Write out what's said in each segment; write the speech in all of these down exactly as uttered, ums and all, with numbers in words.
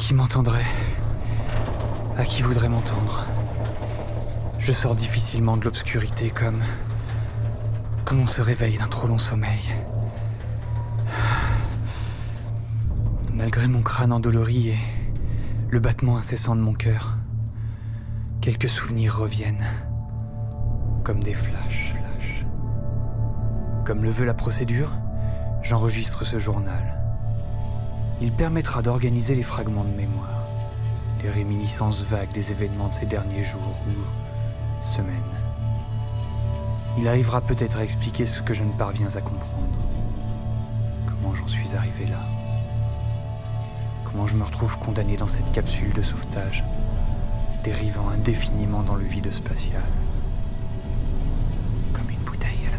qui m'entendrait? À qui voudrait m'entendre? Je sors difficilement de l'obscurité comme... comme on se réveille d'un trop long sommeil. Malgré mon crâne endolori et le battement incessant de mon cœur, quelques souvenirs reviennent, comme des flashs. Comme le veut la procédure, j'enregistre ce journal. Il permettra d'organiser les fragments de mémoire, les réminiscences vagues des événements de ces derniers jours ou semaines. Il arrivera peut-être à expliquer ce que je ne parviens à comprendre. Comment j'en suis arrivé là. Comment je me retrouve condamné dans cette capsule de sauvetage, dérivant indéfiniment dans le vide spatial. Comme une bouteille à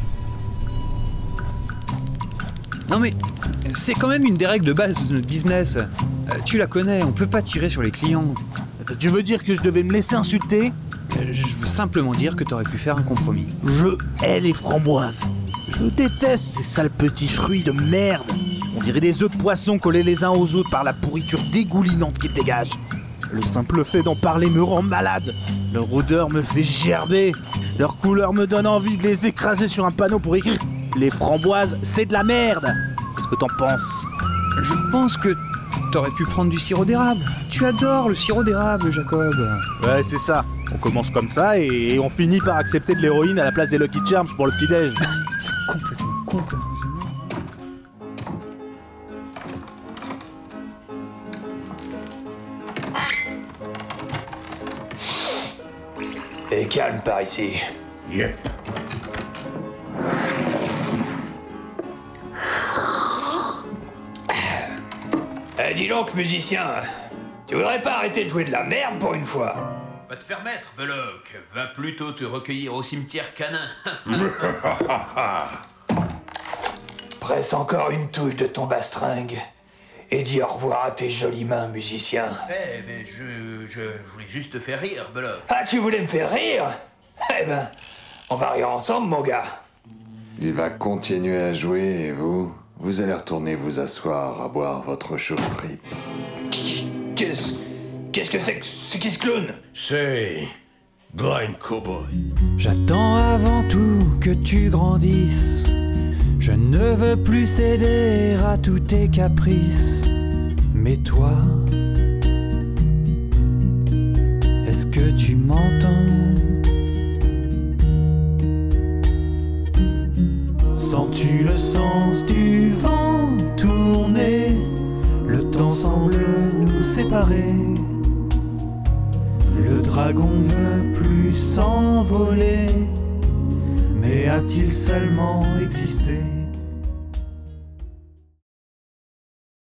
la mer. Non mais, c'est quand même une des règles de base de notre business. Euh, tu la connais, on peut pas tirer sur les clients. Tu veux dire que je devais me laisser insulter ? Euh, je veux simplement dire que t'aurais pu faire un compromis. Je hais les framboises. Je déteste ces sales petits fruits de merde. On dirait des œufs de poisson collés les uns aux autres par la pourriture dégoulinante qu'ils dégagent. Le simple fait d'en parler me rend malade. Leur odeur me fait gerber. Leur couleur me donne envie de les écraser sur un panneau pour écrire « Les framboises, c'est de la merde !» Qu'est-ce que t'en penses ? Je pense que t'aurais pu prendre du sirop d'érable. Tu adores le sirop d'érable, Jacob. Ouais, c'est ça. On commence comme ça et, et on finit par accepter de l'héroïne à la place des Lucky Charms pour le petit-déj. C'est complètement con comme raisonnement. Et calme par ici. Yep. Eh, dis donc, musicien, tu voudrais pas arrêter de jouer de la merde pour une fois? Va te faire mettre, Belloc. Va plutôt te recueillir au cimetière canin. Presse encore une touche de ton bastringue et dis au revoir à tes jolies mains, musicien. Eh, mais je, je voulais juste te faire rire, Belloc. Ah, tu voulais me faire rire? Eh ben, on va rire ensemble, mon gars. Il va continuer à jouer et vous, vous allez retourner vous asseoir à boire votre chauffe-tripe. Qu'est-ce... Qu'est-ce que c'est que c'est qui ce clown? C'est... Blind Cowboy. J'attends avant tout que tu grandisses. Je ne veux plus céder à tous tes caprices. Mais toi, est-ce que tu m'entends? Sens-tu le sens du vent tourner? Le temps semble nous séparer. Le dragon ne veut plus s'envoler. Mais a-t-il seulement existé?